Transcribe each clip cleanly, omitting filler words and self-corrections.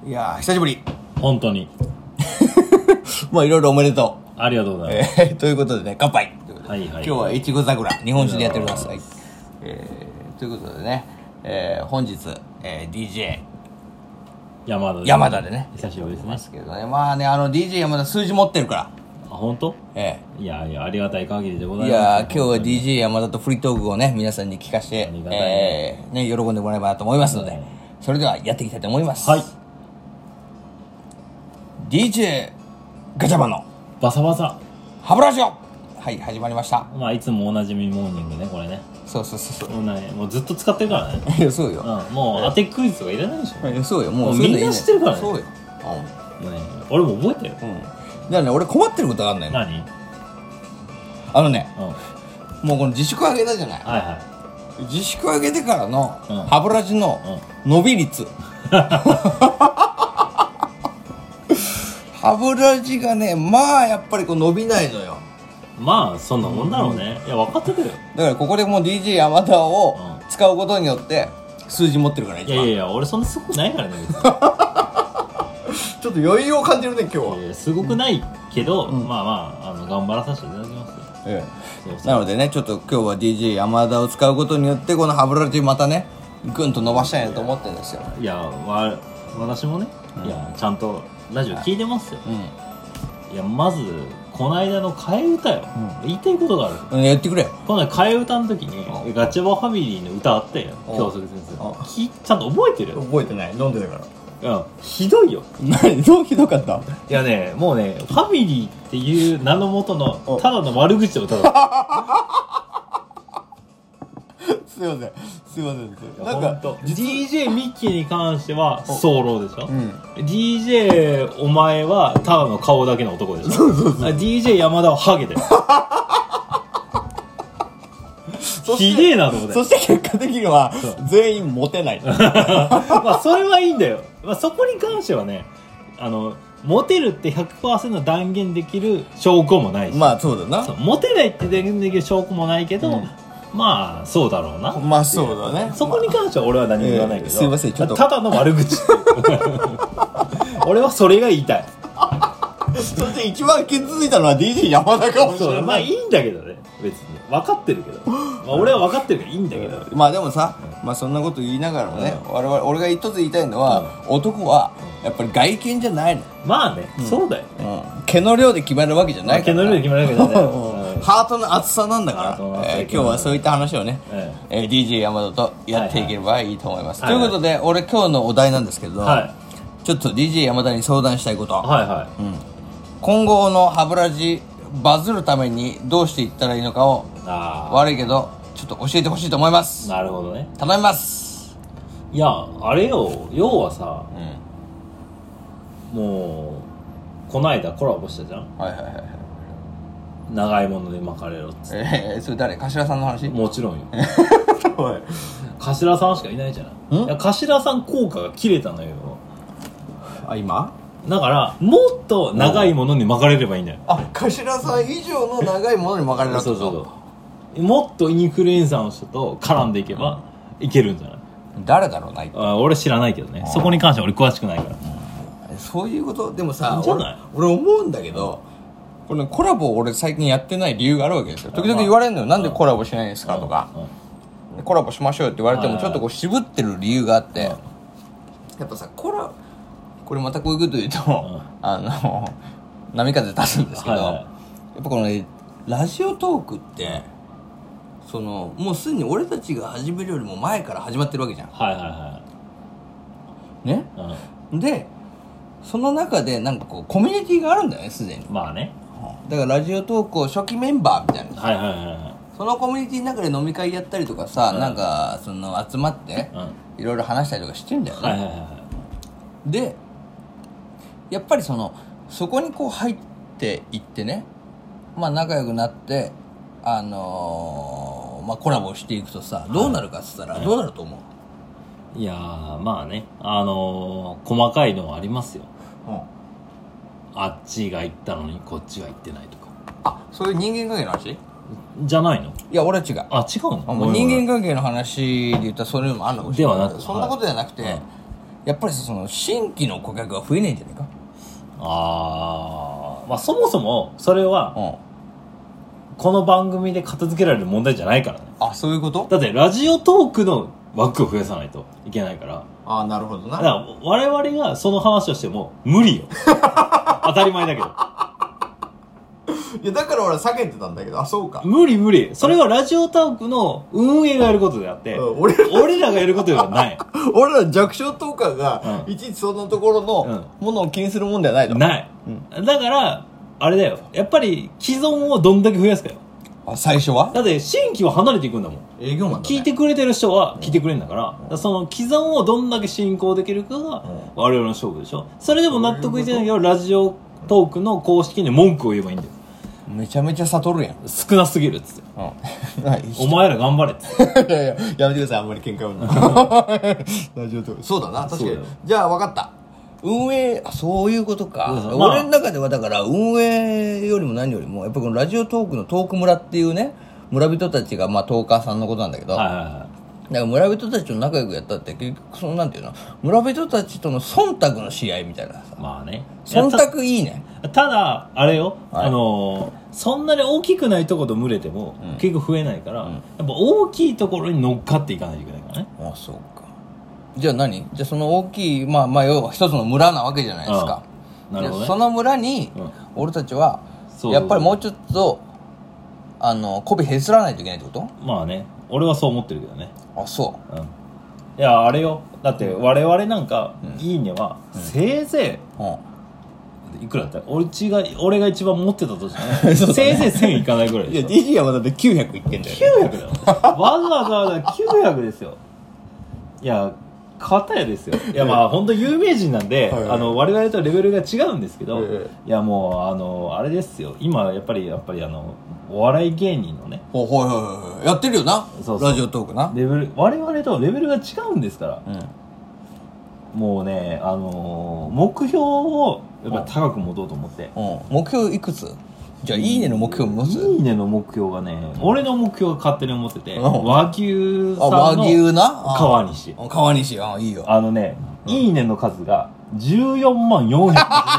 いやー久しぶり。 本当にまあいろいろおめでとありがとうございます、 う。ということでね、乾杯ということで、 はいはい、 今日は越後桜日本酒でやってください。ということでね、本日、DJ 山田でね久しぶりですね。 けどね、まあね、DJ 山田数字持ってるから。 あ、本当？いやいや、ありがたい限りでございます。 いや今日は DJ 山田とフリートークをね皆さんに聞かせて、 ね喜んでもらえばなと思いますので、それではやっていきたいと思います。 はい。 DJ ガチャバのバサバサハブラジオ、はい始まりました。 まあいつもおなじみモーニングね、これね。 そうもうずっと使ってるからね。 いやそうよ、 もう当てクイズとかいらないでしょ。 いやそうよ、もうみんな知ってるからね。 そうよ、 俺も覚えてる。 だからね、俺困ってることがあるんだよ。 何？ もうこの自粛上げたじゃない。 はいはい。 自粛上げてからの歯ブラシの伸び率、歯ブラシがね、まあやっぱりこう伸びないのよ。 まあそんなもんだろうね。いや分かってたよ。 だからここでもう DJ 山田を使うことによって数字持ってるから。 いやいやいや、俺そんなすごくないからね。別にちょっと余裕を感じるね今日は。 すごくないけど、まあ頑張らさせていただきますよ。 なのでね、ちょっと今日は DJ 山田を使うことによってこの歯ブラシまたねぐんと伸ばしたいなと思ってるんですよ。 いや私もね、いやちゃんとラジオ聞いてますよ。いやまずこの間の替え歌よ、言いたいことがある。 やってくれ。 この間替え歌の時にガチャバファミリーの歌あったよ、京介先生。ちゃんと覚えてる？ 覚えてない、飲んでたから。 ひどいよ。 何？どうひどかった？ いやね、もうね、ファミリーっていう名のもとのただの悪口を歌う。 すいませんなんか DJ ミッキーに関しては早漏でしょ、DJ お前はただの顔だけの男でしょ。DJ 山田はハゲでひでえなと思って。 そして結果的には全員モテない。 まあそれはいいんだよ。まあそこに関してはね、モテるって 100% 断言できる証拠もないし。 まあそうだな。 モテないって断言できる証拠もないけど、まあそうだろうな。 まあそうだね。 そこに関しては俺は何も言わないけど、 すいません、ちょっとただの悪口俺はそれが言いたい。 そして一番傷ついたのは DJ 山田かもしれない。 まあいいんだけどね、別に分かってるけど、まあ俺は分かってるからいいんだけど、 まあでもさ、まあそんなこと言いながらもね、俺が一つ言いたいのは、男はやっぱり外見じゃないの。 まあね、そうだよね。 毛の量で決まるわけじゃないから。 毛の量で決まるわけじゃない。 ハートの厚さなんだから、今日はそういった話をね、DJ 山田とやっていければいいと思います。ということで、俺今日のお題なんですけど、ちょっと DJ 山田に相談したいこと。今後の歯ブラシバズるためにどうしていったらいいのかを、悪いけどちょっと教えてほしいと思います。 なるほどね、 頼みます。 いやあれよ、要はさ、もうこないだコラボしたじゃん。長いもので巻かれろっつって。 それ誰？頭さんの話？ もちろんよ。頭さんしかいないじゃない。いや頭さん効果が切れたのよ。 今？ だからもっと長いものに巻かれればいいんだよ。 頭さん以上の長いものに巻かれるってこと？ そうもっとインフルエンサーの人と絡んでいけばいけるんじゃない？ 誰だろうな。 俺知らないけどね、そこに関しては俺詳しくないから。 そういうこと。でもさ、 俺思うんだけど、このコラボ俺最近やってない理由があるわけですよ。時々言われるのよ、なんでコラボしないんですかとか、コラボしましょうって言われてもちょっとこう渋ってる理由があって、やっぱさ、これまたこういうこと言うと、波風立つんですけど、やっぱこのね、ラジオトークってもうすでに俺たちが始めるよりも前から始まってるわけじゃん。ね、でその中でなんかこうコミュニティがあるんだよね、すでに。 まあね、 だからラジオトークを初期メンバーみたいな、 そのコミュニティの中で飲み会やったりとかさ、なんか集まっていろいろ話したりとかしてんだよね。でやっぱりそこにこう入っていってね、まあ仲良くなってまあコラボしていくとさ、どうなるかっつったらどうなると思う？ いやまあね、細かいのはありますよ。あっちが行ったのにこっちが行ってないとか。 そういう人間関係の話じゃないの？ いや俺は違う。 違うの？ 人間関係の話で言ったらそれもあるのかもしれない。 ではなく、 そんなことじゃなくて、 やっぱりその新規の顧客が増えねえんじゃねえか。 まあそもそもそれは、この番組で片付けられる問題じゃないからね。 あ、そういうこと？ だってラジオトークの枠を増やさないといけないから。 あ、なるほどな。 だから我々がその話をしても無理よ。当たり前だけど。 いやだから俺は避けてたんだけど、あ、そうか。 無理。それはラジオトークの運営がやることであって、俺らがやることではない。 俺ら弱小トーカーが、いちいちそんなところのものを気にするもんではないの。 ない。だから、あれだよ。やっぱり既存をどんだけ増やすかよ。 あ、最初は？ だって新規は離れていくんだもん。 営業マンだね。 聞いてくれてる人は聞いてくれるんだから、その既存をどんだけ進行できるかが我々の勝負でしょ。それでも納得いってないけど、ラジオトークの公式に文句を言えばいいんだよ。 めちゃめちゃ悟るやん。 少なすぎるっつって。お前ら頑張れっつって。 いややめてください、あんまり喧嘩を。ラジオトーク。そうだな、確かに。じゃあ分かった。運営、そういうことか。俺の中ではだから運営よりも何よりも、やっぱこのラジオトークのトーク村っていうね、村人たちがまあトーカーさんのことなんだけど、だから村人たちと仲良くやったって結局そのなんていうの、村人たちとの忖度の試合みたいなさ。まあね。忖度いいね。ただあれよ、そんなに大きくないところと群れても、結構増えないから、やっぱ大きいところに乗っかっていかないといけないからね。あ、そうか。じゃあ何？じゃあその大きい、まあ要は一つの村なわけじゃないですか。なるほどね。その村に、俺たちはやっぱりもうちょっと媚びへつらないといけないってこと？まあね、俺はそう思ってるけどね。あ、そう。いや、あれよ、だって我々なんか、いいねはせいぜい、いくらだったら俺が一番持ってたとしてね、せいぜい1000いかないぐらいでしょ。いや DJ はまだって900いってんだよ。900だよ。わざわざ900ですよ。いや、片やですよ。いや、まあ本当有名人なんで、我々とレベルが違うんですけど、いやもうあれですよ。今やっぱりお笑い芸人のね、やってるよな。ラジオトークな。我々とレベルが違うんですから。もうね、目標をやっぱ高く持とうと思って。目標いくつ？じゃあいいねの目標持つ？いいねの目標がね、俺の目標が勝手に思ってて、和牛さんの和牛な川西。川西、いいよ。いいねの数が14万400。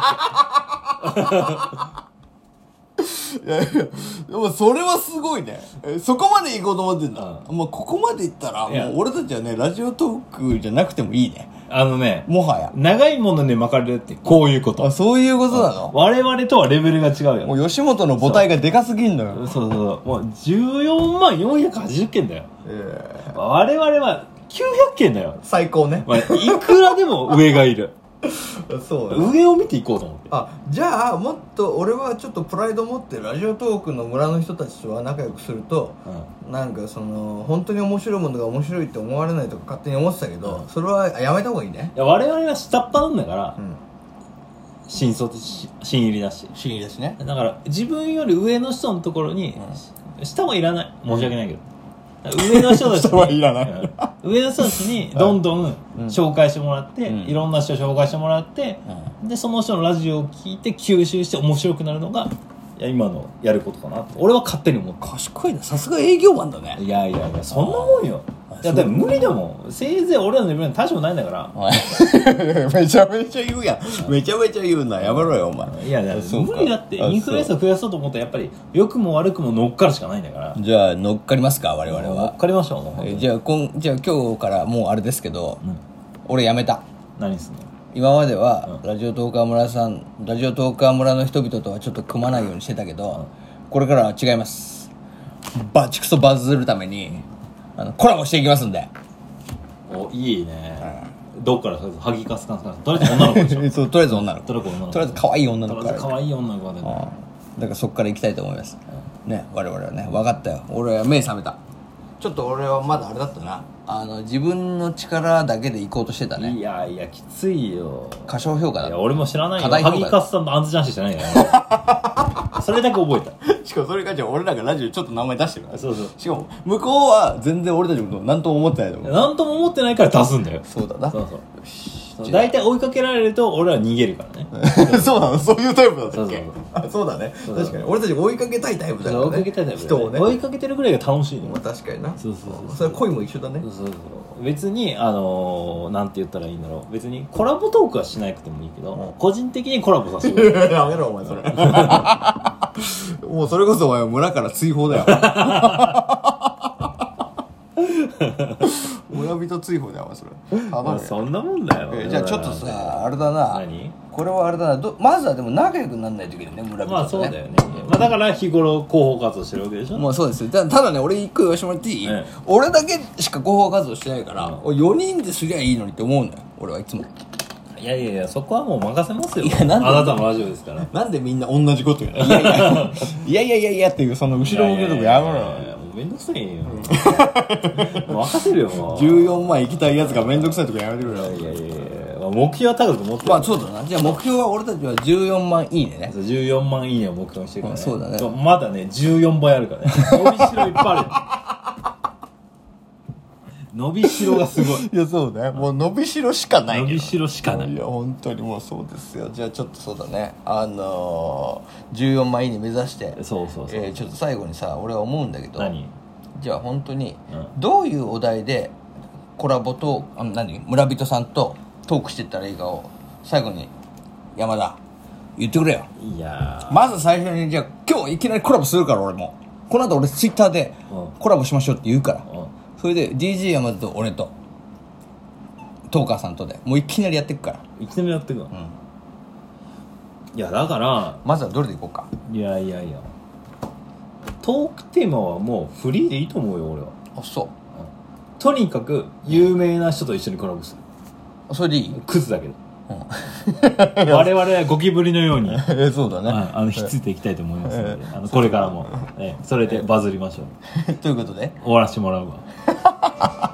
いやいや、でもそれはすごいね。そこまで行こうと思ってんだ。もうここまで行ったら、もう俺たちはね、ラジオトークじゃなくてもいいね。もはや長いものに巻かれるってこういうこと。あ、そういうことなの？我々とはレベルが違うよ。もう吉本の母体がでかすぎんのよ。そうもう14万480件だよ。我々は900件だよ。最高ね。いくらでも上がいる。そうだ、上を見ていこうと思って。あ、じゃあもっと俺はちょっとプライド持ってラジオトークの村の人たちとは仲良くすると、なんかその本当に面白いものが面白いって思われないとか勝手に思ってたけど、それはやめた方がいいね。いや、我々は下っ端なんだから、新入りだしね。だから自分より上の人のところに、下はいらない、申し訳ないけど、上の人たちにはいらない上の人たちにどんどん紹介してもらって、いろんな人紹介してもらって、でその人のラジオを聞いて吸収して面白くなるのが今のやることかなって俺は勝手に思って。賢いな、さすが営業マンだね。いやそんなもんよ。いやでも無理だもん。せいぜい俺らのレベルに大したもないんだから。めちゃめちゃ言うやん。めちゃめちゃ言うな。やめろよお前。いや無理だって。インフルエンサー増やそうと思ったらやっぱり良くも悪くも乗っかるしかないんだから。じゃあ乗っかりますか我々は。乗っかりましょう。じゃあ今日からもうあれですけど、俺やめた。何すんの？今まではラジオトーカー村の人々とはちょっと組まないようにしてたけど、これからは違います。バチクソバズるためにコラボしていきますんで。お、いいね。どっからハギカスカンスカンとりあえず女の子でしょ。そう、とりあえず女の子。とりあえず可愛い女の子から。可愛い女の子が出る。だからそっから行きたいと思います。ね、我々はね、分かったよ。俺は目覚めた。ちょっと俺はまだあれだったな。自分の力だけで行こうとしてたね。いやきついよ。過小評価だ。いや俺も知らないよ。ハギカスさんのアンズジャンシーじゃないよ。それだけ覚えた。しかもそれから俺らがラジオちょっと名前出してるから。そうしかも向こうは全然俺たちのこと何とも思ってないと思う。何とも思ってないから出すんだよ。そうだな。そう大体追いかけられると俺ら逃げるからね。そうなの？そういうタイプだったっけ？そうだね。確かに俺たち追いかけたいタイプだからね。追いかけたいタイプ。人をね追いかけてるぐらいが楽しいね。確かにな。そうそれ恋も一緒だね。そう別になんて言ったらいいんだろう、別にコラボトークはしなくてもいいけど、個人的にコラボさせてくれやめろお前それもうそれこそお前村から追放だよ村人追放だよお前それまあそんなもんだよ。 じゃあちょっとさあれだな、 何これはあれだな、まずはでも仲良くならないといけないね、村人とね。 まあそうだよね、まあ、だから日頃広報活動してるわけでしょ。 まあそうですよ。ただね、俺一個言わせてもらっていい、俺だけしか広報活動してないから、4人ですりゃいいのにって思うんだよ俺はいつも。 いやいやいや、そこはもう任せますよ。 いやなんであなたのラジオですから。 なんでみんな同じこと言うの。いやいやっていうその後ろ向けとかやめろよ。 もうめんどくさいよ任せるよもう。 14万行きたいやつがめんどくさいとかやめてくれよ。 いや目標は高く持ってる。 まあそうだな。じゃあ目標は俺たちは14万いいね。 14万いいねを目標にしてるからね。 そうだね。 まだね14倍あるからね。伸びしろいっぱいある伸びしろがすごい。 いやそうね、もう伸びしろしかないけど。 伸びしろしかない。 いや本当にもうそうですよ。じゃあちょっとそうだね、14万いいね目指して、 そう、 ちょっと最後にさ俺は思うんだけど、 何じゃあ本当にどういうお題でコラボと村人さんとトークしていったらいいかを最後に山田言ってくれよ。 いやまず最初にじゃあ今日いきなりコラボするから俺もこの後俺ツイッターでコラボしましょうって言うから、それで DJ 山田と俺とトーカーさんとでもういきなりやっていくから。 いきなりやってくの、いやだからまずはどれでいこうか。 いやトークテーマはもうフリーでいいと思うよ俺は。 あそう、 とにかく有名な人と一緒にコラボする。 それでいい。 クズだけど、我々はゴキブリのようにそうだね、 ひっついていきたいと思いますので、これからも、それでバズりましょうということで終わらせてもらうわ